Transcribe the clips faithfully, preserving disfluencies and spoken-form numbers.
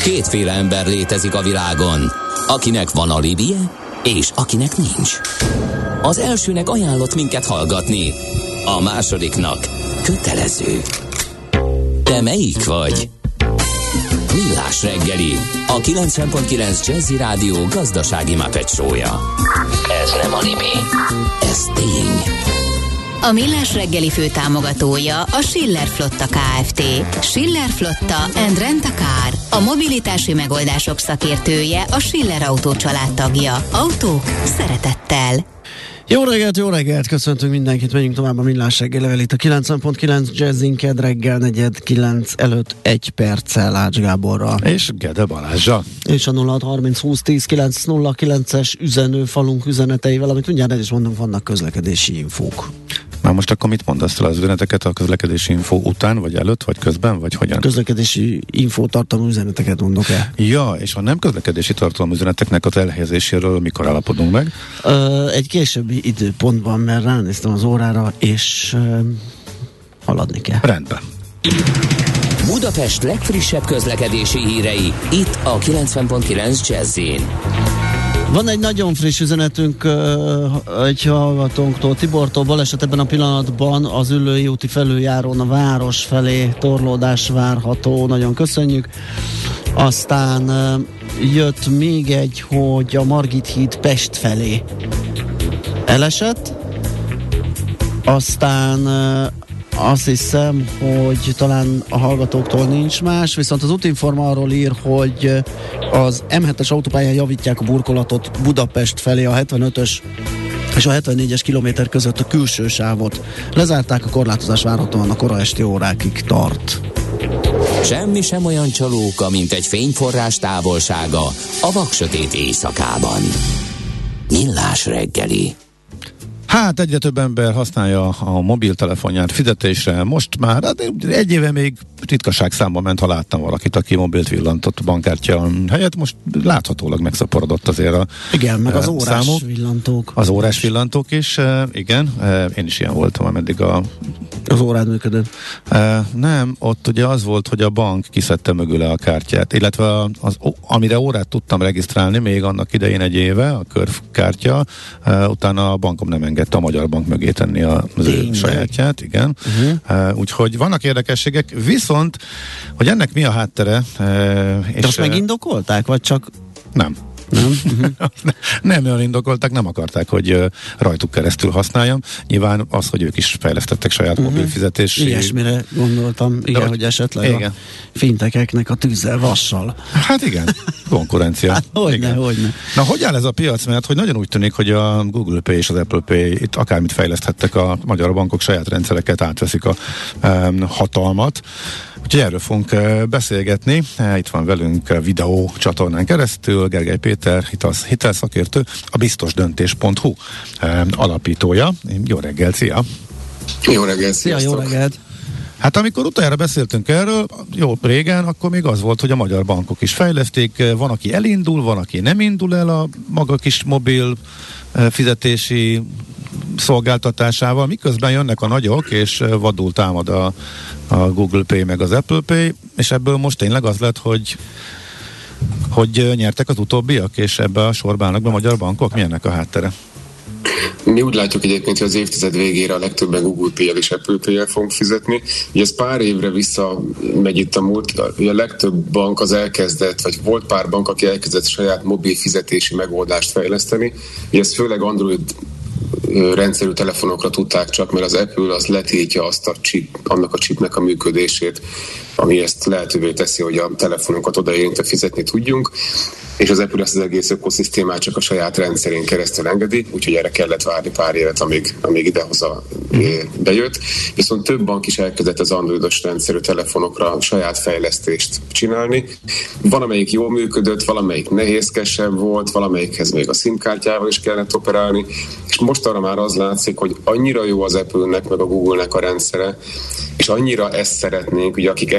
Kétféle ember létezik a világon, akinek van alibije, és akinek nincs. Az elsőnek ajánlott minket hallgatni, a másodiknak kötelező. Te melyik vagy? Millás reggeli, a kilencven pont kilenc Jazzy Rádió gazdasági Muppet show-ja. Ez nem anime, ez tény. A Millás reggeli főtámogatója a Schiller Flotta Kft. Schiller Flotta and Rent a Car. A mobilitási megoldások szakértője, a Schiller Autó család tagja. Autók szeretettel. Jó reggelt, jó reggelt, köszöntünk mindenkit, menjünk tovább a Millás reggelivel itt a kilencven pont kilenc Jazzin kedd reggel negyed kilenc előtt egy perccel Ács Gáborral. És Gede Balázsa. És a nulla hat harminc húsz tíz kilenc nulla kilences üzenőfalunk üzeneteivel, amit mindjárt el is mondunk, vannak közlekedési infók. Már most akkor mit mondasz el az üzeneteket a közlekedési info után, vagy előtt, vagy közben, vagy hogyan? Közlekedési infó tartalmú üzeneteket mondok el. Ja, és a nem közlekedési tartalmú üzeneteknek az elhelyezéséről mikor állapodunk meg? Ö, egy későbbi időpontban, mert ránéztem az órára, és ö, haladni kell. Rendben. Budapest legfrissebb közlekedési hírei, itt a kilencven pont kilenc Jazzin. Van egy nagyon friss üzenetünk uh, egy hallgatónktól, Tibortól. Baleset ebben a pillanatban az Üllői úti felüljárón a város felé torlódás várható. Nagyon köszönjük. Aztán uh, jött még egy, hogy a Margit híd Pest felé elesett. Aztán uh, azt hiszem, hogy talán a hallgatóktól nincs más, viszont az Útinforma arról ír, hogy az em hetes autópályán javítják a burkolatot Budapest felé, a hetvenötös és a hetvennégyes kilométer között a külső sávot. Lezárták, a korlátozás várhatóan a kora esti órákig tart. Semmi sem olyan csalóka, mint egy fényforrás távolsága a vaksötét éjszakában. Millás reggeli. Hát egyre több ember használja a mobiltelefonját fizetésre. Most már hát egy éve még ritkaság számban ment, ha láttam valakit, aki mobilt villantott a bankkártya helyett. Most láthatólag megszaporodott azért a igen, meg az órás számok. villantók. Az órás villantók is, igen. Én is ilyen voltam, ameddig a... Az órád működött? Nem, ott ugye az volt, hogy a bank kiszedte mögüle a kártyát, illetve az, amire órát tudtam regisztrálni még annak idején egy éve, a körkártya, utána a bankom nem engedte a Magyar Bank mögé tenni az ő sajátját, igen. Uh-huh. Úgyhogy vannak érdekességek, viszont, hogy ennek mi a háttere... És De azt megindokolták, vagy csak... Nem. Nem? Uh-huh. nem olyan indokolták, nem akarták, hogy uh, rajtuk keresztül használjam. Nyilván az, hogy ők is fejlesztettek saját uh-huh. mobilfizetési... Ilyesmire gondoltam, igen, De, hogy esetleg igen. a fintekeknek a tűzzel vassal. Hát igen, konkurencia. Hát hogyne, hogyne. Na, hogy áll ez a piac? Mert hogy nagyon úgy tűnik, hogy a Google Pay és az Apple Pay itt akármit fejleszthettek, a magyar bankok saját rendszereket átveszik a um, hatalmat. Úgyhogy erről fogunk uh, beszélgetni. Itt van velünk uh, videó csatornán keresztül Gergely Péter, hitelsz, hitelszakértő, a biztosdöntés pont hu uh, alapítója. Jó reggel, szia! Jó reggel, sziasztok! Jó reggelt! Hát amikor utoljára beszéltünk erről, jó régen, akkor még az volt, hogy a magyar bankok is fejleszték, van, aki elindul, van, aki nem indul el a maga kis mobil uh, fizetési szolgáltatásával, miközben jönnek a nagyok, és vadul támad a, a Google Pay meg az Apple Pay, és ebből most tényleg az lett, hogy hogy nyertek az utóbbiak, és ebbe a sorba állnak be a magyar bankok? Mi ennek a háttere? Mi úgy látjuk egyébként, hogy az évtized végére a legtöbben Google Pay-el és Apple Pay-el fogunk fizetni. Ugye ez pár évre visszamegy itt a múlt, ugye a legtöbb bank az elkezdett, vagy volt pár bank, aki elkezdett saját mobil fizetési megoldást fejleszteni. Ugye ez főleg Android rendszerű telefonokra tudták csak, mert az Apple az letiltja azt a chip, annak a chipnek a működését, ami ezt lehetővé teszi, hogy a telefonunkat odaérintve fizetni tudjunk, és az Apple ezt az egész ökoszisztémát csak a saját rendszerén keresztül engedi, úgyhogy erre kellett várni pár évet, amíg, amíg idehoza bejött. Viszont több bank is elkezdett az androidos rendszerű telefonokra saját fejlesztést csinálni. Van, amelyik jól működött, valamelyik nehézkesebb volt, valamelyikhez még a SIM-kártyával is kellett operálni, és most arra már az látszik, hogy annyira jó az Apple-nek, meg a Google-nek a rendszere, és annyira ezt szeretnénk, ugye akik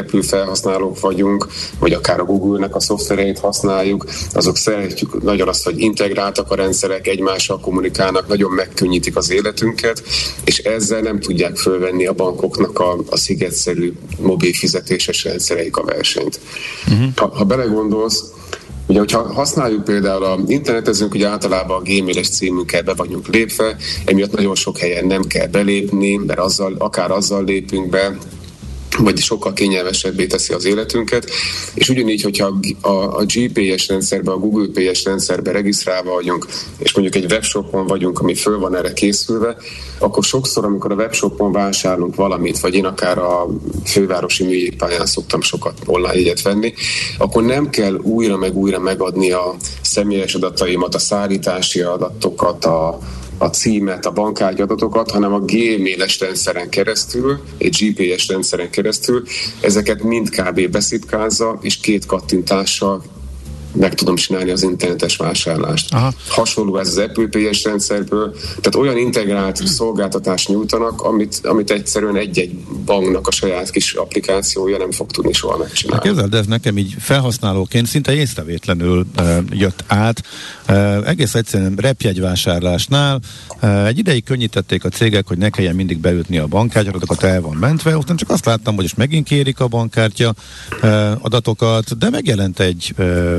Apple felhasználók vagyunk, vagy akár a Google-nek a szoftvereit használjuk, azok szeretjük nagyon azt, hogy integráltak a rendszerek, egymással kommunikálnak, nagyon megkönnyítik az életünket, és ezzel nem tudják fölvenni a bankoknak a, a szigetszerű mobil fizetéses rendszereik a versenyt. Uh-huh. Ha, ha belegondolsz, ugye, hogyha használjuk például a internetezünk, ugye általában a gmail-es címünkkel be vagyunk lépve, emiatt nagyon sok helyen nem kell belépni, mert azzal, akár azzal lépünk be, vagy sokkal kényelmesebbé teszi az életünket, és ugyanígy, hogyha a, a gé pé es rendszerben, a Google Pay-es rendszerben regisztrálva vagyunk, és mondjuk egy webshopon vagyunk, ami föl van erre készülve, akkor sokszor, amikor a webshopon vásárolunk valamit, vagy én akár a fővárosi műjégpályán szoktam sokat online jegyet venni, akkor nem kell újra meg újra megadni a személyes adataimat, a szállítási adatokat, a a címet, a bankkártya adatokat, hanem a Gmail-es rendszeren keresztül, egy gé pé es rendszeren keresztül ezeket mind kb. Beszipkázza, és két kattintással meg tudom csinálni az internetes vásárlást. Aha. Hasonló ez az Apple Pay-es rendszerből, tehát olyan integrált szolgáltatást nyújtanak, amit, amit egyszerűen egy-egy banknak a saját kis applikációja nem fog tudni soha megcsinálni. Hát képzeld, ez nekem így felhasználóként szinte észrevétlenül uh, jött át. Uh, egész egyszerűen repjegyvásárlásnál uh, egy ideig könnyítették a cégek, hogy ne kelljen mindig beütni a bankkártyadatokat, el van mentve, aztán csak azt láttam, hogy is megint kérik a bankkártya uh, adatokat, de megjelent egy uh,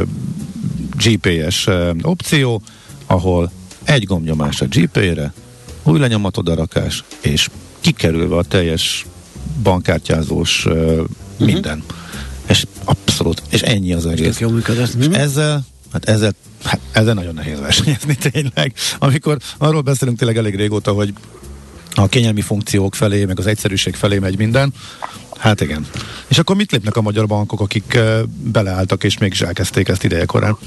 gé pé es uh, opció, ahol egy gombnyomás a gé pé-re, új lenyomatodrakás, és kikerülve a teljes bankkártyázós uh, minden. Uh-huh. És abszolút, és ennyi az egész. Jó működött. És ezzel, hát ezzel, hát ezzel nagyon nehéz versenyezni tényleg. Amikor arról beszélünk tényleg elég régóta, hogy a kényelmi funkciók felé, meg az egyszerűség felé megy minden, hát igen. És akkor mit lépnek a magyar bankok, akik uh, beleálltak, és mégis elkezdték ezt idejekorán?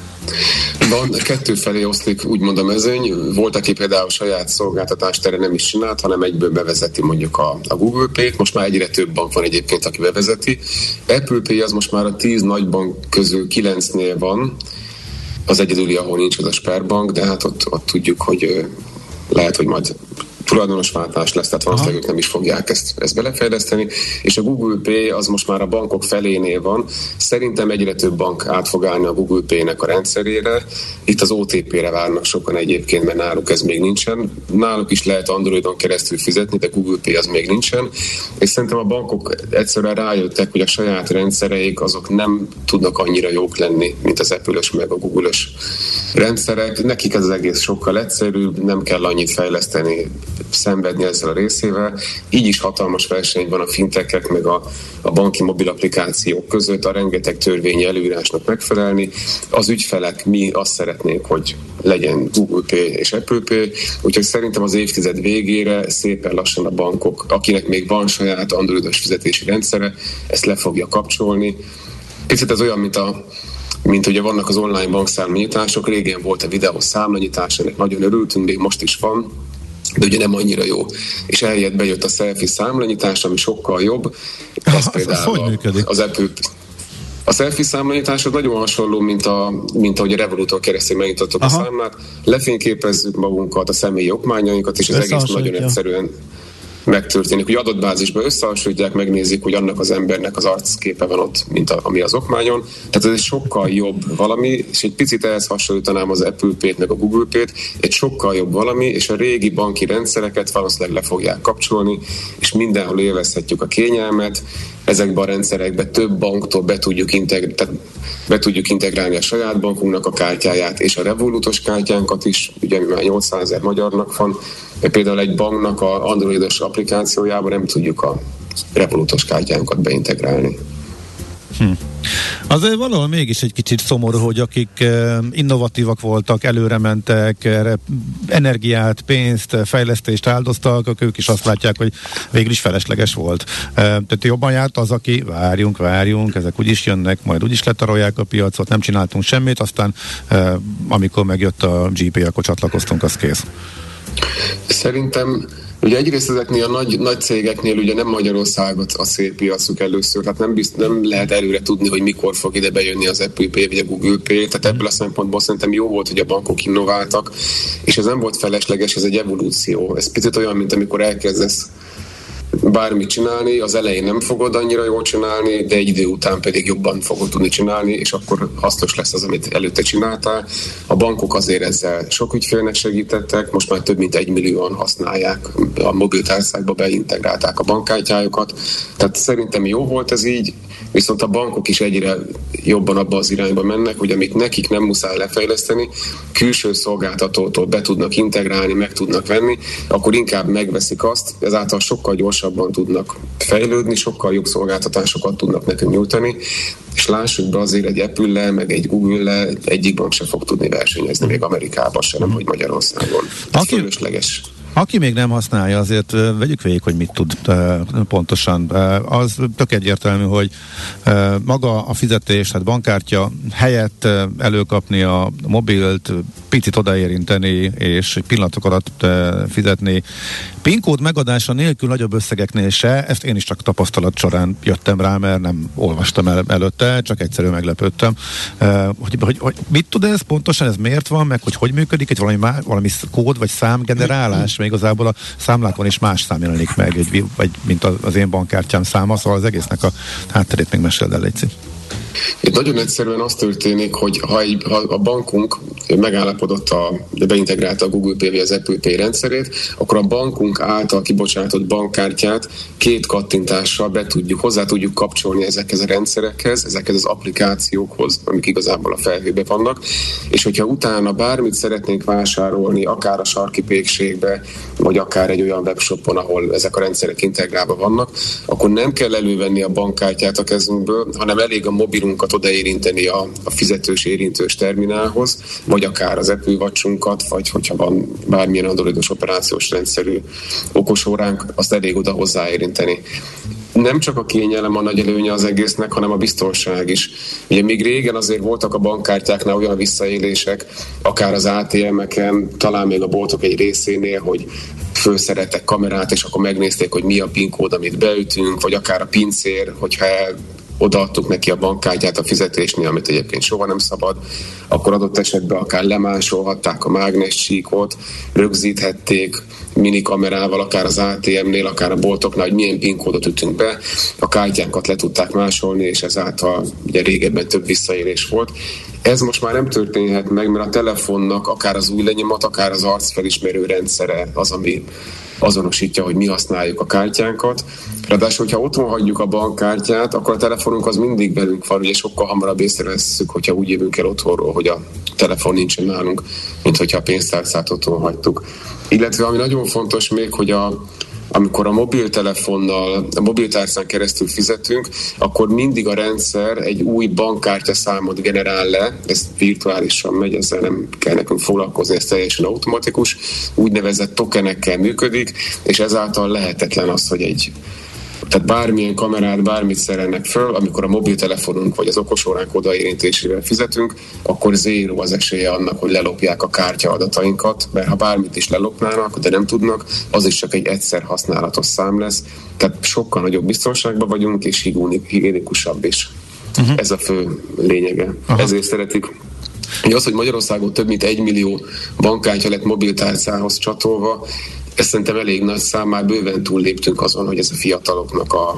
Van, kettő felé oszlik úgymond a mezőny. Volt, aki például saját szolgáltatást erre nem is csinált, hanem egyből bevezeti mondjuk a, a Google Pay-t. Most már egyre több bank van egyébként, aki bevezeti. Apple Pay az most már a tíz nagy bank közül kilencnél van. Az egyedüli, ahol nincs az a Sperbank, de hát ott, ott tudjuk, hogy lehet, hogy majd tulajdonosváltás lesz, tehát valószínűleg ők nem is fogják ezt, ezt belefejleszteni, és a Google Pay az most már a bankok felénél van. Szerintem egyre több bank át fog állni a Google Pay-nek a rendszerére. Itt az o té pé-re várnak sokan egyébként, mert náluk ez még nincsen. Náluk is lehet Androidon keresztül fizetni, de Google Pay az még nincsen. És szerintem a bankok egyszerűen rájöttek, hogy a saját rendszereik azok nem tudnak annyira jók lenni, mint az Apple-ös meg a Google-ös rendszerek. Nekik ez az egész sokkal egyszerűbb, nem kell annyit fejleszteni, szenvedni ezzel a részével. Így is hatalmas verseny van a fintekek meg a, a banki mobil applikációk között, a rengeteg törvényi előírásnak megfelelni. Az ügyfelek, mi azt szeretnénk, hogy legyen Google Pay és Apple Pay, úgyhogy szerintem az évtized végére szépen lassan a bankok, akinek még van saját androidos fizetési rendszere, ezt le fogja kapcsolni. Picit ez olyan, mint a mint ugye vannak az online bankszámlanyítások, régen volt a videós számlanyítás, ennek nagyon örültünk, még most is van, de ugye nem annyira jó. És eljött, bejött a selfie számlanyítás, ami sokkal jobb. Ez például a, az Apple. A selfie számlanyítás az nagyon hasonló, mint, a, mint ahogy a Revoluton keresztül megnyitottuk a számlát. Lefényképezzük magunkat, a személyi okmányainkat, és az egész nagyon egyszerűen megtörténik, hogy adatbázisban összehasonlítják, megnézik, hogy annak az embernek az arcképe van ott, mint a, ami az okmányon. Tehát ez egy sokkal jobb valami, és egy picit ehhez hasonlítanám az Apple Pay-t meg a Google Pay-t, egy sokkal jobb valami, és a régi banki rendszereket valószínűleg le fogják kapcsolni, és mindenhol élvezhetjük a kényelmet. Ezekben a rendszerekben több banktól be tudjuk, integr- tehát be tudjuk integrálni a saját bankunknak a kártyáját, és a Revolutos kártyánkat is, ugye már nyolcszázezer magyarnak van, de például egy banknak a androidos applikációjában nem tudjuk a Revolutos kártyánkat beintegrálni. Hm. Azért valahol mégis egy kicsit szomorú, hogy akik innovatívak voltak, előre mentek, energiát, pénzt, fejlesztést áldoztak, ők is azt látják, hogy végül is felesleges volt. Tehát jobban járt az, aki várjunk, várjunk, ezek úgyis jönnek, majd úgyis letarolják a piacot, nem csináltunk semmit, aztán amikor megjött a gé pé, akkor csatlakoztunk, az kész. Szerintem ugye egyrészt ezeknél a nagy, nagy cégeknél ugye nem Magyarországot a szép piacuk először, hát nem, bizt, nem lehet előre tudni, hogy mikor fog ide bejönni az Apple Pay vagy a Google Pay, tehát ebből a szempontból szerintem jó volt, hogy a bankok innováltak, és ez nem volt felesleges, ez egy evolúció. Ez picit olyan, mint amikor elkezdesz bármit csinálni, az elején nem fogod annyira jól csinálni, de egy idő után pedig jobban fogod tudni csinálni, és akkor hasznos lesz az, amit előtte csináltál. A bankok azért ezzel sok ügyfélnek segítettek, most már több mint egy millióan használják, a mobiltárcákba beintegrálták a bankkártyájukat, tehát szerintem jó volt ez így, viszont a bankok is egyre jobban abba az irányba mennek, hogy amit nekik nem muszáj lefejleszteni, külső szolgáltatótól be tudnak integrálni, meg tudnak venni, akkor inkább megveszik azt, ezáltal sokkal gyorsabban tudnak fejlődni, sokkal jobb szolgáltatásokat tudnak nekünk nyújtani, és lássuk be, azért egy Apple-lel, meg egy Google-lel egyik bank se fog tudni versenyezni, még Amerikában sem, nem, hogy Magyarországon. Ez fölösleges. Aki még nem használja, azért vegyük végig, hogy mit tud pontosan. Az tök egyértelmű, hogy maga a fizetés, tehát bankkártya helyett előkapni a mobilt, picit odaérinteni, és pillanatok alatt fizetni. PIN kód megadása nélkül nagyobb összegeknél se, ezt én is csak tapasztalat során jöttem rá, mert nem olvastam el előtte, csak egyszerűen meglepődtem. Hogy, hogy, hogy mit tud ez pontosan, ez miért van, meg hogy hogy működik, egy valami, má, valami kód vagy számgenerálás, mert igazából a számlákon is más szám jelenik meg, egy, vagy mint az én bankkártyám száma, szóval az egésznek a hátterét még meséld el, légy. Itt nagyon egyszerűen az történik, hogy ha, egy, ha a bankunk megállapodott, a, beintegrálta a Google Pay vagy az Apple Pay rendszerét, akkor a bankunk által kibocsátott bankkártyát két kattintással be tudjuk, hozzá tudjuk kapcsolni ezekhez a rendszerekhez, ezekhez az applikációkhoz, amik igazából a felhőben vannak, és hogyha utána bármit szeretnénk vásárolni, akár a sarki pékségbe, vagy akár egy olyan webshopon, ahol ezek a rendszerek integrálva vannak, akkor nem kell elővenni a bankkártyát a kezünkből, hanem elég a mobilunkat odaérinteni a, a fizetős érintős terminálhoz, vagy akár az Apple Watchunkat, vagy hogyha van bármilyen androidos operációs rendszerű okosóránk, azt elég oda hozzáérinteni. Nem csak a kényelem a nagy előnye az egésznek, hanem a biztonság is. Ugye még régen azért voltak a bankkártyáknál olyan visszaélések, akár az á té em-eken, talán még a boltok egy részénél, hogy fölszerettek kamerát, és akkor megnézték, hogy mi a PIN kód, amit beütünk, vagy akár a pincér, hogyha odaadtuk neki a bankkártyát a fizetésnél, amit egyébként soha nem szabad, akkor adott esetben akár lemásolhatták a mágnescsíkot, rögzíthették minikamerával, akár az á té em-nél, akár a boltoknál, hogy milyen PIN kódot ütünk be, a kártyánkat le tudták másolni, és ezáltal ugye régebben több visszaélés volt. Ez most már nem történhet meg, mert a telefonnak akár az új lenyomat, akár az arcfelismerő rendszere az, ami azonosítja, hogy mi használjuk a kártyánkat. Ráadásul, hogyha otthon hagyjuk a bankkártyát, akkor a telefonunk az mindig velünk van, ugye sokkal hamarabb észrevesszük, hogyha úgy jövünk el otthonról, hogy a telefon nincsen nálunk, mint hogyha a pénztárcát otthon hagytuk. Illetve ami nagyon fontos még, hogy a amikor a mobiltelefonnal, a mobiltárcán keresztül fizetünk, akkor mindig a rendszer egy új bankkártya számot generál le, ez virtuálisan megy, ezzel nem kell nekünk foglalkozni, ez teljesen automatikus, úgynevezett tokenekkel működik, és ezáltal lehetetlen az, hogy egy Tehát bármilyen kamerát, bármit szerelnek föl, amikor a mobiltelefonunk vagy az okosóránk odaérintésével fizetünk, akkor zéró az esélye annak, hogy lelopják a kártya adatainkat, mert ha bármit is lelopnának, de nem tudnak, az is csak egy egyszer használatos szám lesz. Tehát sokkal nagyobb biztonságban vagyunk, és higiénikusabb is. Uh-huh. Ez a fő lényege. Aha. Ezért szeretik. Az, hogy Magyarországon több mint egy millió bankkártya lett mobiltárcához csatolva, ez szerintem elég nagy szám, már bőven túlléptünk azon, hogy ez a fiataloknak a,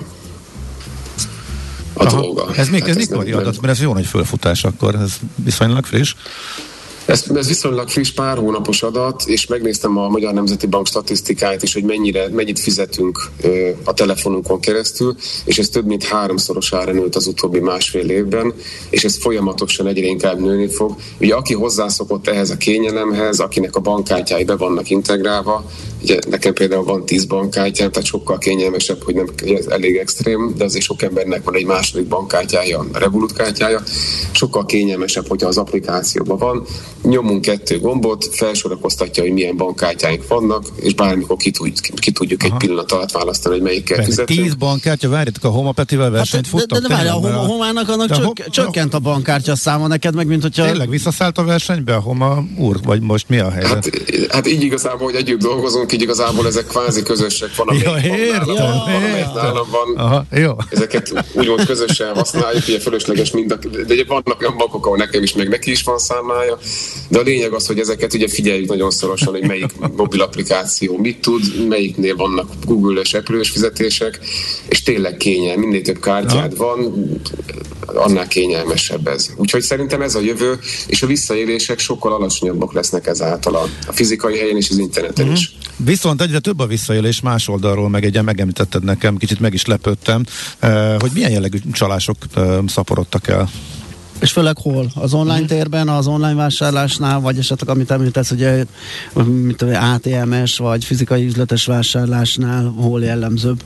a dolga. Ez még ez mikor adat? Mert ez jó nagy fölfutás akkor, ez viszonylag friss. Ez, ez viszonylag friss, pár hónapos adat, és megnéztem a Magyar Nemzeti Bank statisztikáját is, hogy mennyire, mennyit fizetünk ö, a telefonunkon keresztül, és ez több mint háromszorosára nőtt az utóbbi másfél évben, és ez folyamatosan egyre inkább nőni fog. Ugye aki hozzászokott ehhez a kényelemhez, akinek a bankkártyái be vannak integrálva, ugye nekem például van tíz bankkártyám, tehát sokkal kényelmesebb, hogy nem ez elég extrém, de azért sok embernek van egy második bankkártyája, a Revolut kártyája, sokkal kényelmesebb, hogyha az applikációban van, nyomunk kettő gombot, felsorakoztatja, hogy milyen bankkártyáink vannak, és bármikor ki, tud, ki tudjuk Aha. egy pillanat alatt választani, hogy melyikkel fizetünk. Tíz bankkártya, várjátok, a Homa Petivel versenyt hát, futtok? De, de, de várj, a Homa, Homának annak csök, ho- csökkent a bankkártya száma neked, meg mint hogyha... Tényleg visszaszállt a versenybe a Homa úr, vagy most mi a helyzet? Hát, hát így igazából, hogy együtt dolgozunk, így igazából ezek kvázi közösek van, amelyik ja, nálam, ja, van, amelyik nálam van. Aha, jó. Ezeket úgymond közösen használjuk, ugye fölösleges mind a, de ugye vannak vannak olyan bankok, ahol nekem is, meg neki is van számlája, de a lényeg az, hogy ezeket ugye figyeljük nagyon szorosan, hogy melyik mobil applikáció mit tud, melyiknél vannak Google-ös, Apple-ös fizetések, és tényleg kényel, minél több kártyád van, annál kényelmesebb ez. Úgyhogy szerintem ez a jövő, és a visszaélések sokkal alacsonyabbak lesznek ezáltal a, a fizikai helyen és az interneten mm-hmm. is. Viszont egyre több a visszaélés más oldalról, meg egy megemlítetted nekem, kicsit meg is lepődtem, hogy milyen jellegű csalások szaporodtak el. És főleg hol? Az online térben, az online vásárlásnál, vagy esetleg amit említesz, ugye mint á té em-es, vagy fizikai üzletes vásárlásnál hol jellemzőbb?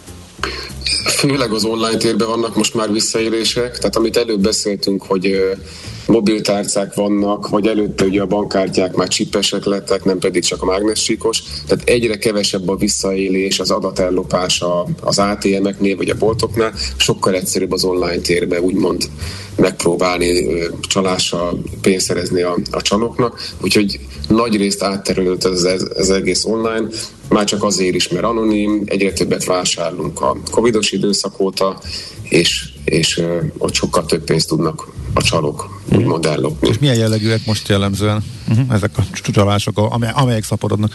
Főleg az online térben vannak most már visszaélések, tehát amit előbb beszéltünk, hogy uh, mobiltárcák vannak, vagy előtte ugye a bankkártyák már csipesek lettek, nem pedig csak a mágnessíkos, tehát egyre kevesebb a visszaélés, az adatellopás az á té em-eknél, vagy a boltoknál, sokkal egyszerűbb az online térben úgymond megpróbálni uh, csalással pénzt szerezni a, a csalóknak, úgyhogy nagy részt átterülött ez, ez, ez egész online, már csak azért is, mert anonim, egyre többet vásárlunk a covidos időszak óta, és, és uh, ott sokkal több pénzt tudnak a csalók úgymond ellopni. És milyen jellegűek most jellemzően uh-huh, ezek a csalások, amely, amelyek szaporodnak?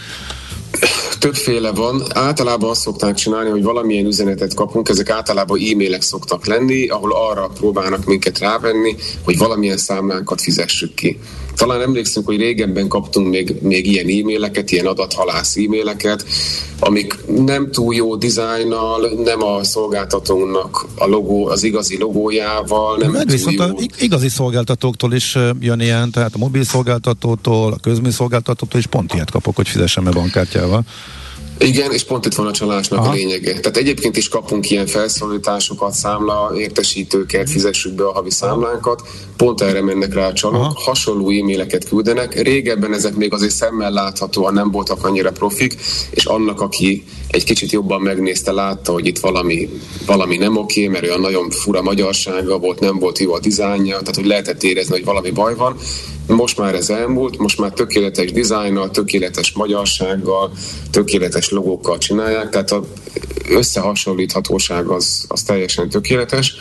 Többféle van. Általában azt szokták csinálni, hogy valamilyen üzenetet kapunk, ezek általában e-mailek szoktak lenni, ahol arra próbálnak minket rávenni, hogy valamilyen számlánkat fizessük ki. Talán emlékszünk, hogy régebben kaptunk még, még ilyen e-maileket, ilyen adathalász e-maileket, amik nem túl jó dizájnnal, nem a szolgáltatónak a logó, az igazi logójával, nem túl viszont jó. A igazi szolgáltatóktól is jön ilyen, tehát a mobil szolgáltatótól, a közműszolgáltatótól is pont ilyet kapok, hogy fizessem be bankkártyával. Igen, és pont itt van a csalásnak Aha. a lényege. Tehát egyébként is kapunk ilyen felszólításokat, számla, értesítőket, fizessük be a havi számlánkat, pont erre mennek rá a csalók, Aha. hasonló e-maileket küldenek. Régebben ezek még azért szemmel láthatóan nem voltak annyira profik, és annak, aki egy kicsit jobban megnézte, látta, hogy itt valami, valami nem oké, mert olyan nagyon fura magyarsága volt, nem volt jó a dizájnja, tehát hogy lehetett érezni, hogy valami baj van. Most már ez elmúlt, most már tökéletes dizájnnal, tökéletes magyarsággal, tökéletes logókkal csinálják, tehát az összehasonlíthatóság az, az teljesen tökéletes.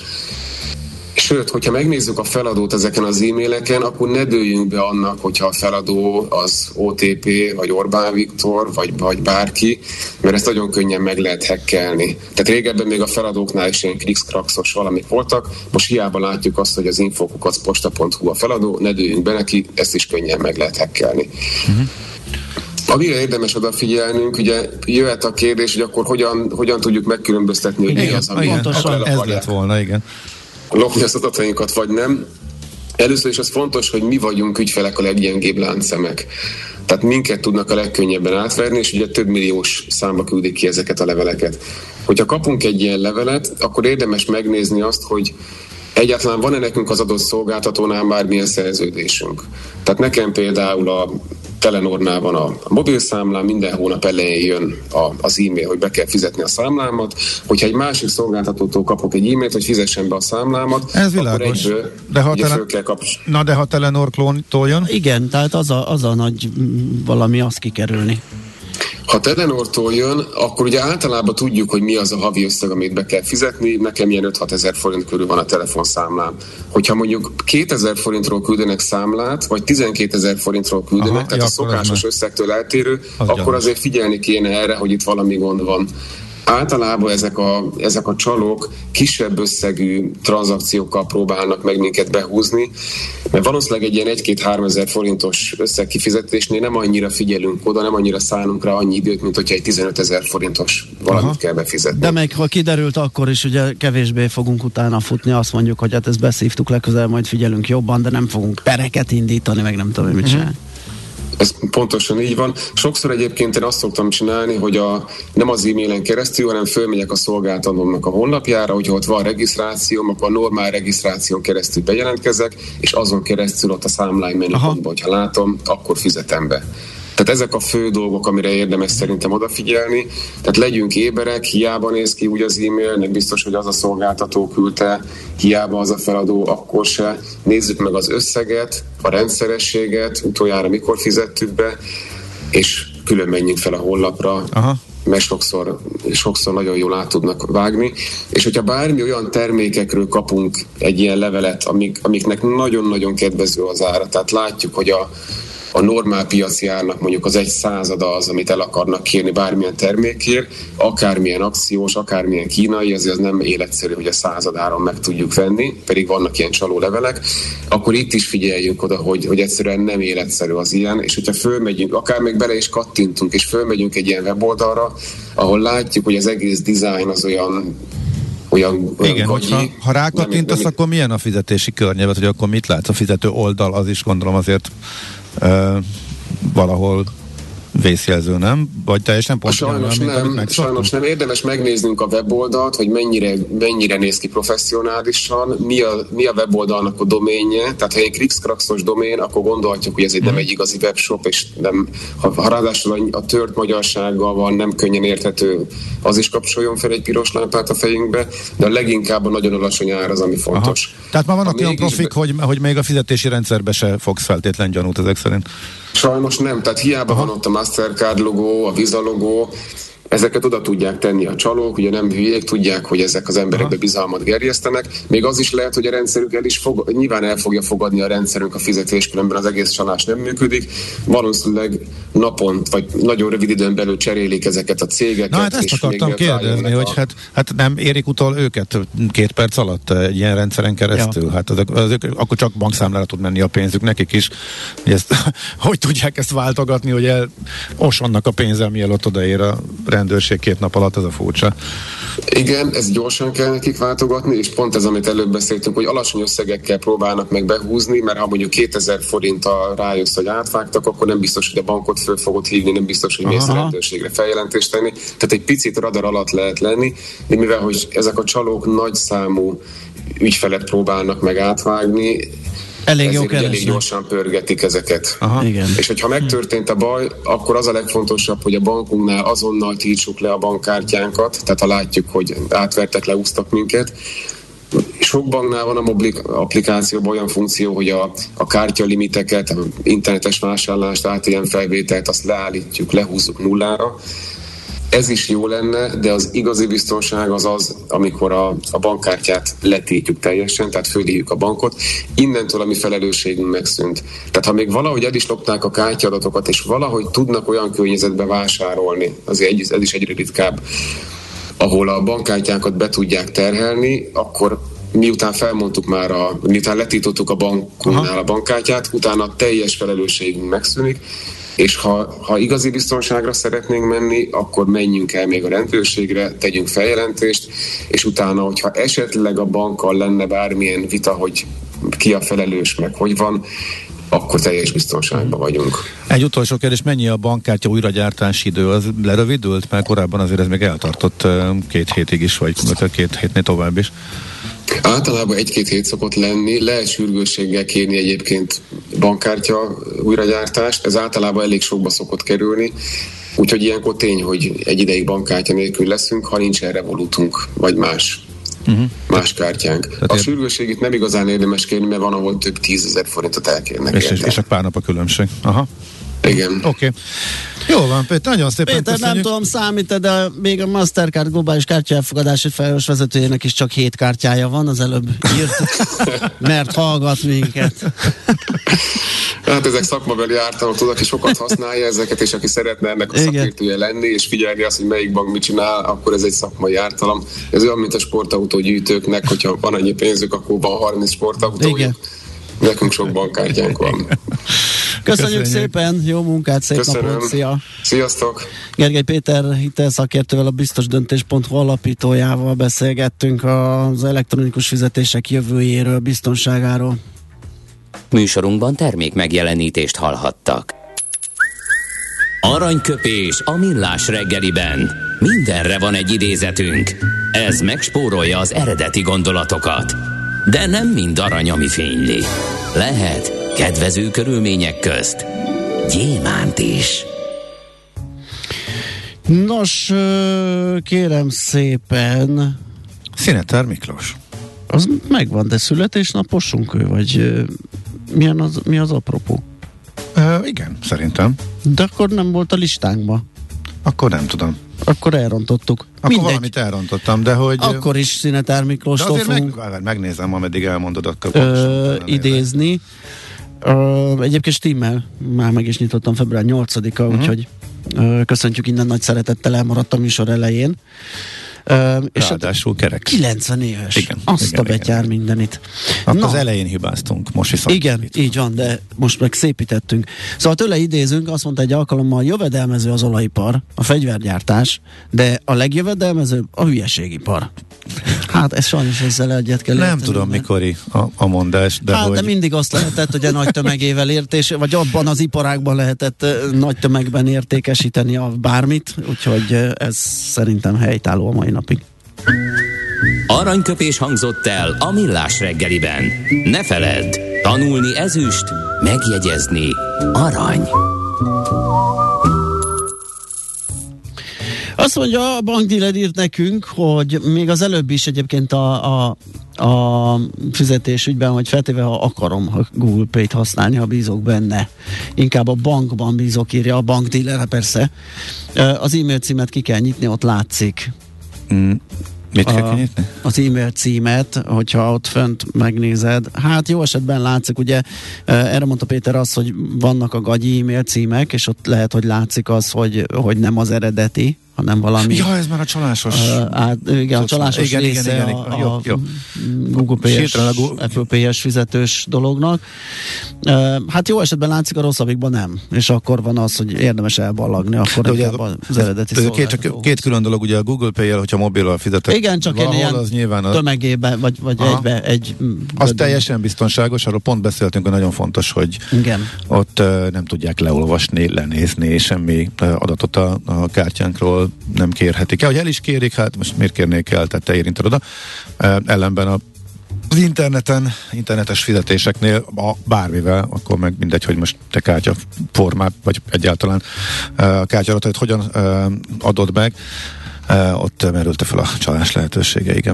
Sőt, hogyha megnézzük a feladót ezeken az e-maileken, akkor ne dőljünk be annak, hogyha a feladó az o té pé, vagy Orbán Viktor, vagy, vagy bárki, mert ezt nagyon könnyen meg lehet hackelni. Tehát régebben még a feladóknál is ilyen krikszkrakszos valamik voltak, most hiába látjuk azt, hogy az infokukac.posta pont hu a feladó, ne dőljünk be neki, ezt is könnyen meg lehet hackelni. Uh-huh. Amire érdemes odafigyelnünk, ugye jöhet a kérdés, hogy akkor hogyan, hogyan tudjuk megkülönböztetni, hogy mi az, ami el ez lett volna, igen. lopni az adatainkat, vagy nem. Először is az fontos, hogy mi vagyunk ügyfelek a leggyengébb láncszemek. Tehát minket tudnak a legkönnyebben átverni, és ugye több milliós számba küldik ki ezeket a leveleket. Hogyha kapunk egy ilyen levelet, akkor érdemes megnézni azt, hogy egyáltalán van-e nekünk az adott szolgáltatónál bármilyen szerződésünk. Tehát nekem például a Telenornál van a mobilszámlám, minden hónap elején jön a, az e-mail, hogy be kell fizetni a számlámat. Hogyha egy másik szolgáltatótól kapok egy e-mailt, hogy fizessen be a számlámat, ez világos. Akkor egyből de ha, tele... kell kapcs- Na de ha Telenor klóntól jön? Igen, tehát az a, az a nagy valami azt kikerülni. Ha Telenortól jön, akkor ugye általában tudjuk, hogy mi az a havi összeg, amit be kell fizetni. Nekem ilyen öt-hat ezer forint körül van a telefonszámlám. Hogyha mondjuk kétezer forintról küldenek számlát, vagy tizenkétezer forintról küldenek, Aha, tehát ja, a szokásos összegtől eltérő, az akkor gyanús. Azért figyelni kéne erre, hogy itt valami gond van. Általában ezek a, ezek a csalók kisebb összegű tranzakciókkal próbálnak meg minket behúzni, mert valószínűleg egy ilyen egy-két-három ezer forintos összegkifizetésnél nem annyira figyelünk oda, nem annyira szállunk rá annyi időt, mint hogyha egy tizenöt ezer forintos valamit Aha. kell befizetni. De meg ha kiderült, akkor is ugye kevésbé fogunk utána futni, azt mondjuk, hogy hát ezt beszívtuk legközelebb, majd figyelünk jobban, de nem fogunk pereket indítani, meg nem tudom, mit uh-huh. csinálni. Ez pontosan így van. Sokszor egyébként én azt szoktam csinálni, hogy a, nem az e-mailen keresztül, hanem fölmegyek a szolgáltatómnak a honlapjára, hogyha ott van regisztrációm, akkor a normál regisztráción keresztül bejelentkezek, és azon keresztül ott a számlány menüpontban, hogyha látom, akkor fizetem be. Tehát ezek a fő dolgok, amire érdemes szerintem odafigyelni. Tehát legyünk éberek, hiába néz ki úgy az e-mail, nem biztos, hogy az a szolgáltató küldte, hiába az a feladó, akkor se. Nézzük meg az összeget, a rendszerességet, utoljára mikor fizettük be, és külön menjünk fel a honlapra, Aha. mert sokszor, sokszor nagyon jól át tudnak vágni, és hogyha bármi olyan termékekről kapunk egy ilyen levelet, amik, amiknek nagyon-nagyon kedvező az ára, tehát látjuk, hogy a a normál piaci árnak mondjuk az egy százada az, amit el akarnak kérni bármilyen termékért, akármilyen akciós, akármilyen kínai, azért az nem életszerű, hogy a századáron meg tudjuk venni, pedig vannak ilyen csaló levelek, akkor itt is figyeljünk oda, hogy, hogy egyszerűen nem életszerű az ilyen, és hogyha fölmegyünk, akár még bele is kattintunk, és fölmegyünk egy ilyen weboldalra, ahol látjuk, hogy az egész dizájn az olyan Olyan, olyan igen, gagyi, hogyha, ha rákattintasz, nem, nem, akkor milyen a fizetési környezet, hogy akkor mit látsz? A fizető oldal, az is gondolom azért uh, valahol vészjelző, nem? Vagy teljesen pontosan? Sajnos nem, nem sajnos nem. Érdemes megnéznünk a weboldalt, hogy mennyire, mennyire néz ki professzionálisan, mi a, mi a weboldalnak a doménje, tehát ha egy krikszkrakszos domén, akkor gondolhatjuk, hogy ez egy, nem egy igazi webshop, és nem, ha, ha ráadásul a, a tört magyarsággal van, nem könnyen érthető, az is kapcsoljon fel egy piros lámpát a fejünkbe, de a leginkább a nagyon alacsony ár az, ami fontos. Aha. Tehát már vannak olyan profik, be... hogy, hogy még a fizetési rendszerbe se fogsz feltétlen gyanút ezek szerint. Sajnos nem, tehát hiába Aha. van ott a Mastercard logó, a Visa logó, ezeket oda tudják tenni a csalók, ugye nem hülyék, tudják, hogy ezek az emberekbe bizalmat gerjesztenek. Még az is lehet, hogy a rendszerük el is fog, nyilván el fogja fogadni a rendszerünk a fizetés, különben az egész csalás nem működik. Valószínűleg napon, vagy nagyon rövid időn belül cserélik ezeket a cégeket. Na hát ezt akartam kérdezni, hogy a... hát, hát nem érik utol őket két perc alatt egy ilyen rendszeren keresztül. Ja. Hát azok, azok, akkor csak bankszámlára tud menni a pénzük nekik is. Hogy, ezt, hogy tudják ezt váltogatni, hogy elosonnak a pénzzel, mielőtt odaér a rendőrség két nap alatt, ez a furcsa. Igen, ezt gyorsan kell nekik váltogatni, és pont ez, amit előbb beszéltünk, hogy alacsony összegekkel próbálnak meg behúzni, mert ha mondjuk kétezer forinttal rájössz, hogy átvágtak, akkor nem biztos, hogy a bankot föl fogod hívni, nem biztos, hogy mész a rendőrségre feljelentést tenni. Tehát egy picit radar alatt lehet lenni, de mivel, hogy ezek a csalók nagy számú ügyfelet próbálnak meg átvágni, elég jó elég gyorsan pörgetik ezeket. Aha, igen. És hogyha megtörtént a baj, akkor az a legfontosabb, hogy a bankunknál azonnal tiltsuk le a bankkártyánkat, tehát ha látjuk, hogy átvertek, leúztak minket. Sok banknál van a mobil applikációban olyan funkció, hogy a, a kártyalimiteket, a internetes vásárlást, á té em felvételt, azt leállítjuk, lehúzzuk nullára. Ez is jó lenne, de az igazi biztonság az az, amikor a, a bankkártyát letiltjuk teljesen, tehát fölhívjuk a bankot. Innentől a mi felelősségünk megszűnt. Tehát ha még valahogy el is lopták a kártyaadatokat, és valahogy tudnak olyan környezetbe vásárolni, azért ez is egyre ritkább, ahol a bankkártyákat be tudják terhelni, akkor miután felmondtuk már, a, miután letiltottuk a bankunknál a bankkártyát, utána a teljes felelősségünk megszűnik, és ha, ha igazi biztonságra szeretnénk menni, akkor menjünk el még a rendőrségre, tegyünk feljelentést, és utána, hogyha esetleg a bankkal lenne bármilyen vita, hogy ki a felelős, meg hogy van, akkor teljes biztonságban vagyunk. Egy utolsó kérdés, mennyi a bankkártya újragyártási idő? Az lerövidült? Mert korábban azért ez még eltartott két hétig is, vagy két hétnél tovább is. Általában egy-két hét szokott lenni, lehet sürgősséggel kérni egyébként bankkártya újragyártást, ez általában elég sokba szokott kerülni, úgyhogy ilyenkor tény, hogy egy ideig bankkártya nélkül leszünk, ha nincs erre volutunk, vagy más. Uh-huh. Más kártyánk. Tehát a ér... sürgősségét nem igazán érdemes kérni, mert van, ahol több tízezer forintot elkérnek. És, és, és a pár nap a különbség. Aha. Igen. Oké. Okay. Jó van, Péter, nagyon szépen Péter, köszönjük. Nem tudom, számít, de még a Mastercard globális kártyaelfogadási felelős vezetőjének is csak hét kártyája van, az előbb írt, mert hallgat minket. Hát ezek szakmabeli ártalmak, tudod, aki sokat használja ezeket, és aki szeretne ennek a szakértője lenni, és figyelni azt, hogy melyik bank mit csinál, akkor ez egy szakmai ártalom. Ez olyan, mint a sportautógyűjtőknek, hogyha van annyi pénzük, akkor van harminc sportautó. Nekünk sok bankkártyánk van. Köszönjük, Köszönjük szépen, jó munkát, szép Köszönöm. napot, szia! Sziasztok! Gergely Péter hitelszakértővel, a biztosdöntés pont hu alapítójával beszélgettünk az elektronikus fizetések jövőjéről, biztonságáról. Műsorunkban termék megjelenítést hallhattak. Aranyköpés a millás reggeliben. Mindenre van egy idézetünk. Ez megspórolja az eredeti gondolatokat. De nem mind arany, ami fényli. Lehet kedvező körülmények közt gyémánt is. Nos, kérem szépen. Szineter Miklós. Az megvan, de születésnaposunk ő, vagy milyen az, mi az apropó? Uh, igen, szerintem. De akkor nem volt a listánkban. Akkor nem tudom. akkor elrontottuk. Akkor Mindegy. valamit elrontottam, de hogy... Akkor is Szinetár Miklóstól fogunk meg, megnézem, ameddig elmondod, akkor ö, idézni. Ö, egyébként stimmel, már meg is nyitottam február nyolcadika, uh-huh. úgyhogy ö, köszöntjük innen nagy szeretettel, elmaradt a műsor elején. Uh, és ráadásul kerek. kilencven éves. Igen, Azt igen, a betyár igen. mindenit. Akkor Na, az elején hibáztunk, most viszont. igen, itt. Így van, de most meg szépítettünk. Szóval tőle idézünk, azt mondta egy alkalommal, jövedelmező az olajipar, a fegyvergyártás, de a legjövedelmezőbb a hülyeségipar. Hát ez sajnos ezzel egyet kell Nem érteni, tudom, mert... mikori a, a mondás, de Hát hogy... de mindig azt lehetett, hogy a nagy tömegével értés, vagy abban az iparágban lehetett uh, nagy tömegben értékesíteni a bármit, úgyhogy uh, ez szerintem helytálló a mai napig. Aranyköpés hangzott el a Millás reggeliben. Ne feledd, tanulni ezüst, megjegyezni arany. Azt mondja, a bankdíler írt nekünk, hogy még az előbb is egyébként a, a, a fizetés ügyben, hogy feltéve, ha akarom a Google Pay-t használni, ha bízok benne. Inkább a bankban bízok, írja a bankdíler, persze. Az e-mail címet ki kell nyitni, ott látszik. Mm. Mit kell a, kinyitni? Az e-mail címet, hogyha ott fönt megnézed. Hát jó esetben látszik, ugye erre mondta Péter az, hogy vannak a gagyi e-mail címek, és ott lehet, hogy látszik az, hogy, hogy nem az eredeti, hanem valami... Ja, ez már a csalásos... Uh, át, igen, a csalásos igen, része igen, igen, a, jó, a jó. Google Pay-es, Sétren, Apple Pay-es fizetős dolognak. Uh, hát jó esetben látszik, a rosszabbikban nem. És akkor van az, hogy érdemes elballagni, akkor de inkább ugye, az eredeti ez két, csak két külön dolog, ugye a Google Pay-jel, hogyha mobillal fizetek. Igen, csak valahol, ilyen az nyilván a... tömegében, vagy, vagy egybe, egy... Az bödön. Teljesen biztonságos, arról pont beszéltünk, hogy nagyon fontos, hogy igen. ott uh, nem tudják leolvasni, lenézni, semmi adatot a, a kártyánkról nem kérhetik el. Hogy el is kérik, hát most miért kérnék el, tehát te érinted oda. Uh, ellenben a az interneten, internetes fizetéseknél a bármivel, akkor meg mindegy, hogy most te kártya formát, vagy egyáltalán a kártyaratot hogyan uh, adod meg, uh, ott merülte fel a csalás lehetősége, igen.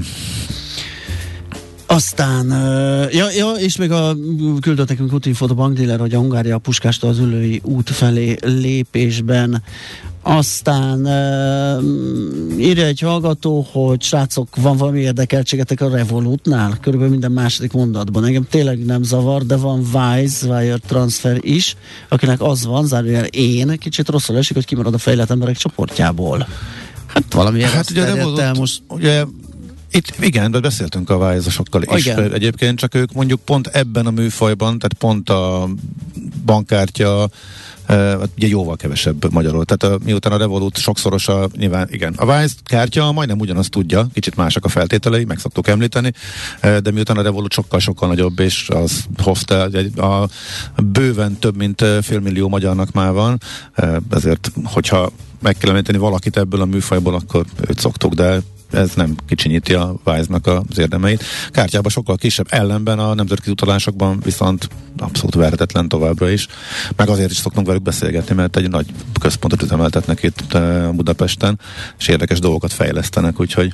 Aztán, uh, ja, ja, és még a küldött nekünk útinfót a bankdíler, hogy a Hungária a Puskástól az Üllői út felé lépésben. Aztán uh, írja egy hallgató, hogy srácok, van valami érdekeltségetek a Revolutnál? Körülbelül minden második mondatban. Engem tényleg nem zavar, de van Wise, Wire Transfer is, akinek az van, zárójel én, kicsit rosszul esik, hogy kimarad a fejlett emberek csoportjából. Hát valami hát ugye Revolut, el most... Ugye itt igen, de beszéltünk a Wise-osokkal is. Igen. Egyébként csak ők mondjuk pont ebben a műfajban, tehát pont a bankkártya Uh, ugye jóval kevesebb magyarul. Tehát a, miután a Revolut sokszoros a, nyilván igen, a Wise kártya majdnem ugyanazt tudja, kicsit másak a feltételei, meg szoktuk említeni, uh, de miután a Revolut sokkal-sokkal nagyobb, és az hozta, a, a bőven több mint félmillió magyarnak már van, uh, ezért, hogyha meg kell említeni valakit ebből a műfajból, akkor őt szoktuk, de ez nem kicsinyíti a Wise-nak az érdemeit. Kártyában sokkal kisebb, ellenben a nemzetközi utalásokban viszont abszolút verhetetlen továbbra is. Meg azért is szoktunk velük beszélgetni, mert egy nagy központot üzemeltetnek itt Budapesten, és érdekes dolgokat fejlesztenek, úgyhogy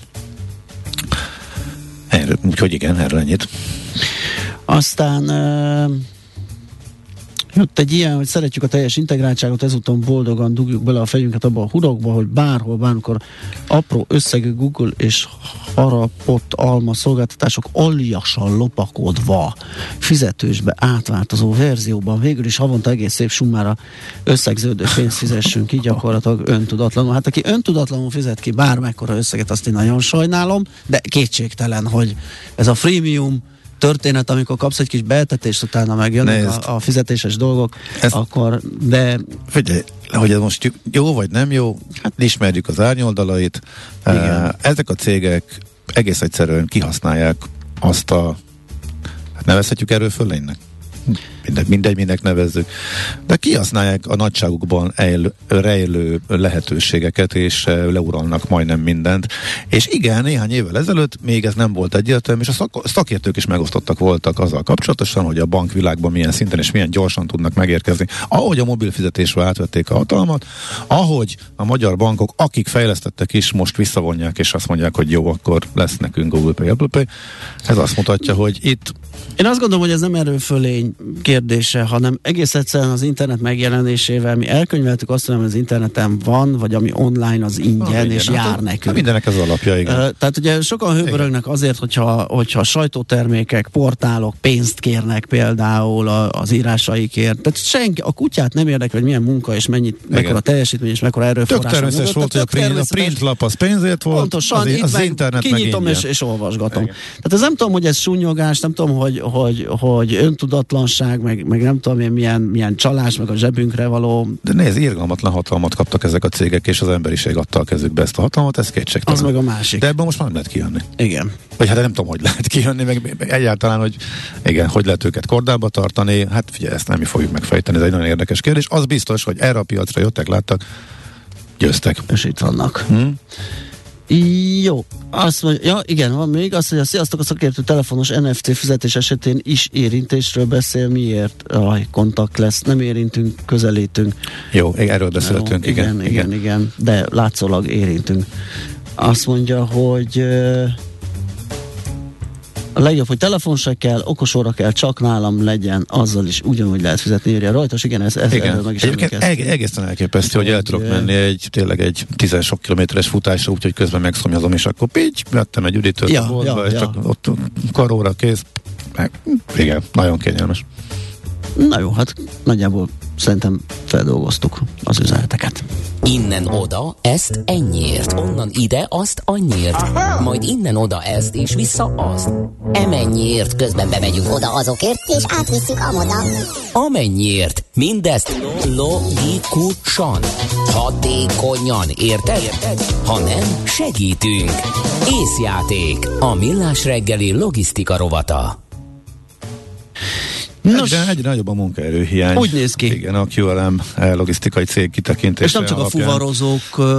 erről, úgyhogy igen, erről ennyit. Aztán uh... jött egy ilyen, hogy szeretjük a teljes integráltságot, ezúton boldogan dugjuk bele a fejünket abba a hurokba, hogy bárhol, bármikor apró összegű Google és harapott alma szolgáltatások aljasan lopakodva fizetősbe átváltozó verzióban végül is havonta egész szép summára összegződő pénzt fizessünk ki gyakorlatilag öntudatlanul. Hát aki öntudatlanul fizet ki bármekkora összeget, azt én nagyon sajnálom, de kétségtelen, hogy ez a freemium történet, amikor kapsz egy kis beeltetést, utána megjönnek a, a fizetéses dolgok, ezt, akkor, de... Figyelj, hogy ez most jó vagy nem jó, hát ismerjük az árnyoldalait. Igen. Ezek a cégek egész egyszerűen kihasználják azt a, hát nevezhetjük erőfölénynek? Mindegy, mindegy, minek nevezzük. De kihasználják a nagyságukban ejlő, rejlő lehetőségeket, és leuralnak majdnem mindent. És igen, néhány évvel ezelőtt még ez nem volt egyértelmű, és a szak- szakértők is megosztottak voltak azzal kapcsolatosan, hogy a bankvilágban milyen szinten és milyen gyorsan tudnak megérkezni. Ahogy a mobil fizetésre átvették a hatalmat, ahogy a magyar bankok, akik fejlesztettek is, most visszavonják, és azt mondják, hogy jó, akkor lesz nekünk Google Pay, Apple Pay. Ez azt mutatja, hogy itt én azt gondolom, hogy ez nem erőfölényként kérdése, hanem egész egyszerűen az internet megjelenésével mi elkönyveltük azt, hogy az interneten van, vagy ami online az ingyen, ah, és hát jár a, nekünk. Hát mindenek az alapja, igen. Uh, tehát ugye sokan hőbörögnek azért, hogyha, hogyha sajtótermékek, portálok pénzt kérnek például az írásaikért. Tehát senki, a kutyát nem érdekel, hogy milyen munka, és mennyit, mekkora teljesítmény, és mekkora erőforrás. Tök természetes volt, hogy a print, a printlap az pénzért volt, pontosan, az, az meg internet kinyitom és, és olvasgatom. Igen. Tehát ez nem tudom, hogy ez súnyogás, nem tudom, hogy, hogy, hogy öntudatlanság, meg, meg nem tudom, milyen, milyen csalás, meg a zsebünkre való. De nézd, irgalmatlan hatalmat kaptak ezek a cégek, és az emberiség adta a kezükbe ezt a hatalmat, ez kétségtelen. Az meg a másik. De ebből most már nem lehet kijönni. Igen. Vagy hát nem tudom, hogy lehet kijönni, meg egyáltalán, hogy igen, hogy lehet őket kordába tartani. Hát figyelj, ezt nem mi fogjuk megfejteni, ez egy nagyon érdekes kérdés. Az biztos, hogy erre a piacra jöttek, láttak, győztek. És itt vannak. Hmm. Jó, azt mondja, ja igen, van még, azt mondja, sziasztok, a szakértő telefonos en ef cé fizetés esetén is érintésről beszél, miért? Aj, kontakt lesz, nem érintünk, közelítünk. Jó, erről beszéltünk, Jó, igen, igen, igen, igen, igen, de látszólag érintünk. Azt mondja, hogy a legjobb, hogy telefon se kell, okos óra kell, csak nálam legyen, azzal is ugyanúgy lehet fizetni, írja rajtos, igen, ez, ez igen. meg is eg- egészen elképesztő, hogy el tudok menni egy, tényleg egy tíz sok kilométeres futásra, úgyhogy közben megszomjazom, és akkor pitty, vettem egy üdítőt ja, a boltba, ja, és ja. csak ott karóra kész. Meg, igen, nagyon kényelmes. Na jó, hát nagyjából szerintem feldolgoztuk az üzeneteket. Innen oda, ezt ennyiért, onnan ide, azt annyiért, aha, majd innen oda ezt, és vissza azt. Emennyiért, közben bemegyünk oda azokért, és átvisszük amoda. Amennyiért, mindezt logikusan, hatékonyan, érted? érted? Ha nem, segítünk. Észjáték, a Millás reggeli logisztika rovata. Nos, egyre, egyre nagyobb a munkaerőhiány. Úgy néz ki. Igen, a kú el em logisztikai cég kitekintése. És nem csak alapján. A fuvarozók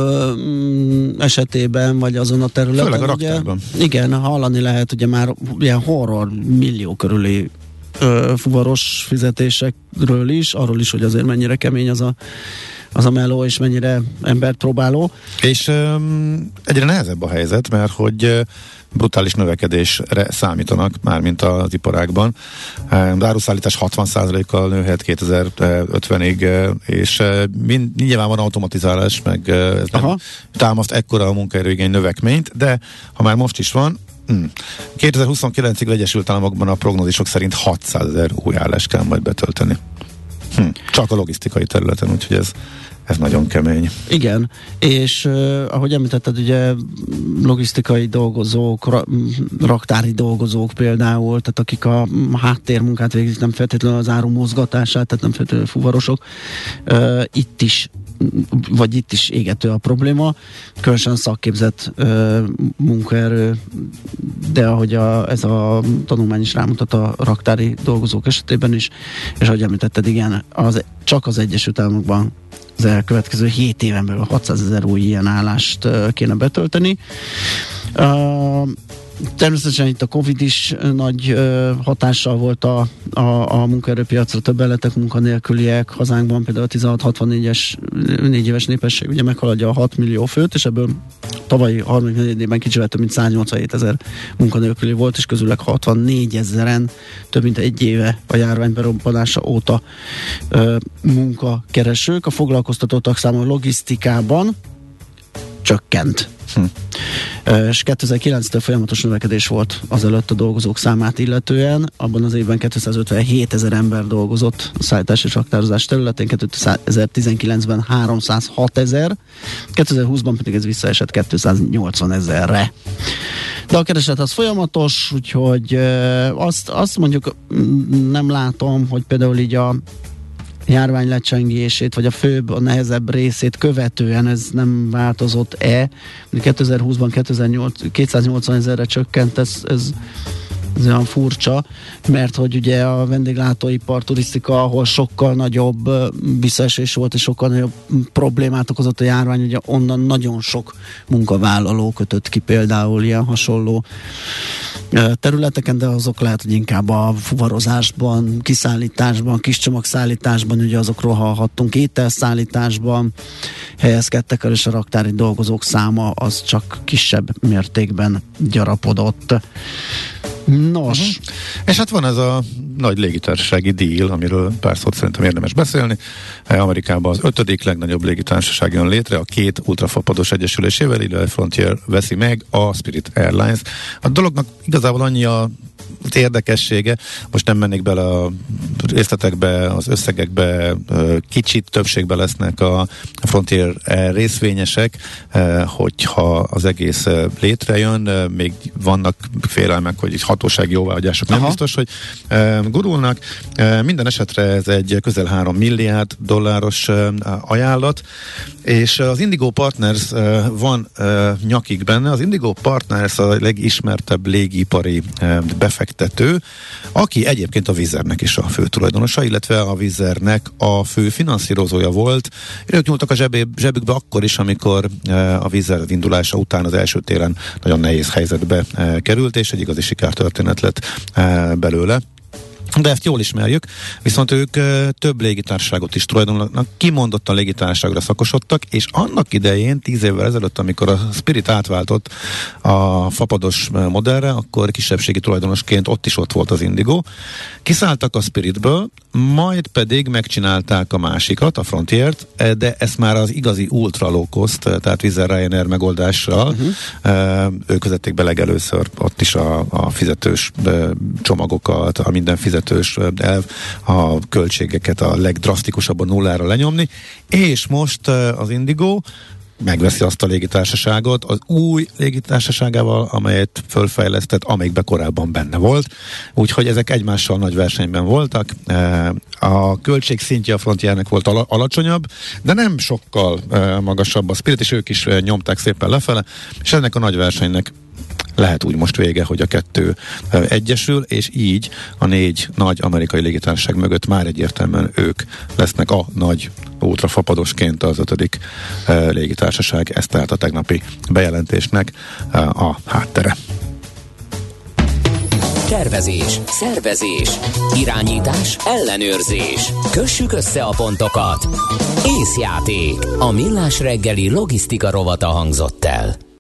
uh, esetében, vagy azon a területen. Főleg a raktárban. Ugye, igen, hallani lehet ugye már ilyen horror millió körüli uh, fuvaros fizetésekről is, arról is, hogy azért mennyire kemény az a az a meló, és mennyire embert próbáló. És um, egyre nehezebb a helyzet, mert hogy uh, brutális növekedésre számítanak, mármint az iparágban. Áruszállítás hatvan százalékkal nőhet kétezer-ötvenig, és mind, nyilván van automatizálás, meg ez nem támaszt ekkora a munkaerőigény növekményt, de ha már most is van, hmm, kétezer-huszonkilencig Egyesült Államokban a prognózisok szerint hatszázezer új állást kell majd betölteni. Hm, csak a logisztikai területen, úgyhogy ez Ez nagyon kemény. Igen, és uh, ahogy említetted, ugye logisztikai dolgozók, ra, raktári dolgozók például, tehát akik a háttérmunkát végzik, nem feltétlenül az áru mozgatását, tehát nem feltétlenül fuvarosok, uh, itt is vagy itt is égető a probléma, különösen szakképzett uh, munkaerő, de ahogy a, ez a tanulmány is rámutat a raktári dolgozók esetében is, és ahogy említetted, igen, az, csak az Egyesült Államokban az elkövetkező hét éven belül hatszázezer új ilyen állást uh, kéne betölteni. Uh, Természetesen itt a Covid is nagy ö, hatással volt a, a, a munkaerőpiacra, többen lettek munkanélküliek. Hazánkban például a tizenhat hatvannégyes négy éves népesség ugye meghaladja a hat millió főt, és ebből tavalyi harmadik negyedében kicsivel több mint száznyolcvanhét ezer munkanélküli volt, és közülük hatvannégy ezeren több mint egy éve a járvány berobbanása óta ö, munkakeresők. A foglalkoztatottak száma logisztikában csökkent. Hm. És kétezer-kilenctől folyamatos növekedés volt azelőtt a dolgozók számát illetően. Abban az évben kétszázötvenhét ezer ember dolgozott a szállítás és raktározás területén, kétezer-tizenkilencben háromszázhat ezer, kétezer-húszban pedig ez visszaesett kétszáznyolcvan ezerre. De a kereslet az folyamatos, úgyhogy azt, azt mondjuk nem látom, hogy például így a járvány lecsengését, vagy a főbb, a nehezebb részét követően ez nem változott-e. kétezer-húszban kétszáznyolcvan ezerre csökkent, ez, ez, ez olyan furcsa, mert hogy ugye a vendéglátóipar, turisztika, ahol sokkal nagyobb visszaesés volt, és sokkal nagyobb problémát okozott a járvány, ugye onnan nagyon sok munkavállaló kötött ki például ilyen hasonló területeken, de azok lehet, hogy inkább a fuvarozásban, kiszállításban, kis csomagszállításban, ugye azokról hallhattunk, ételszállításban helyezkedtek el, és a raktári dolgozók száma az csak kisebb mértékben gyarapodott. Nos. Uh-huh. És hát van ez a nagy légitársasági deal, amiről pár szót szerintem érdemes beszélni. Amerikában az ötödik legnagyobb légitársaság jön létre, a két ultrafapados egyesülésével, illetve Frontier veszi meg a Spirit Airlines. A dolognak igazából annyi a az érdekessége, most nem mennék bele a részletekbe, az összegekbe, kicsit többségben lesznek a Frontier részvényesek, hogyha az egész létrejön, még vannak félelmek, hogy hatósági jóváhagyások nem biztos, hogy gurulnak. Minden esetre ez egy közel három milliárd dolláros ajánlat, és az Indigo Partners van nyakig benne. Az Indigo Partners a legismertebb légipari befektető, aki egyébként a Wizz Airnek is a fő tulajdonosa, illetve a Wizz Airnek a fő finanszírozója volt. Ők nyúltak a zsebé, zsebükbe akkor is, amikor a Wizz Air indulása után az első télen nagyon nehéz helyzetbe került, és egy igazi sikertörténet lett belőle. De ezt jól ismerjük, viszont ők uh, több légitársaságot is tulajdonolnak, kimondottan légitársaságra szakosodtak, és annak idején, tíz évvel ezelőtt, amikor a Spirit átváltott a fapados modellre, akkor kisebbségi tulajdonosként ott is ott volt az Indigo. Kiszálltak a Spiritből, majd pedig megcsinálták a másikat, a Frontiert, de ezt már az igazi ultra low cost, tehát Wizz Air Ryanair megoldással, uh-huh. uh, ők vezették be legelőször ott is a, a fizetős uh, csomagokat, a minden fizetős uh, a költségeket a legdrasztikusabban nullára lenyomni, és most uh, az Indigo megveszi azt a légitársaságot az új légitársaságával, amelyet fölfejlesztett, amelyikbe korábban benne volt. Úgyhogy ezek egymással nagy versenyben voltak. A költség szintje a Frontiernek volt al- alacsonyabb, de nem sokkal magasabb a Spirit, és ők is nyomták szépen lefele, és ennek a nagy versenynek lehet úgy most vége, hogy a kettő egyesül, és így a négy nagy amerikai légitársaság mögött már egyértelműen ők lesznek a nagy ultrafapadosként az ötödik uh, légitársaság. Ez tehát a tegnapi bejelentésnek uh, a háttere. Tervezés, szervezés, irányítás, ellenőrzés. Kössük össze a pontokat. Észjáték. A Millás reggeli logisztika rovata hangzott el.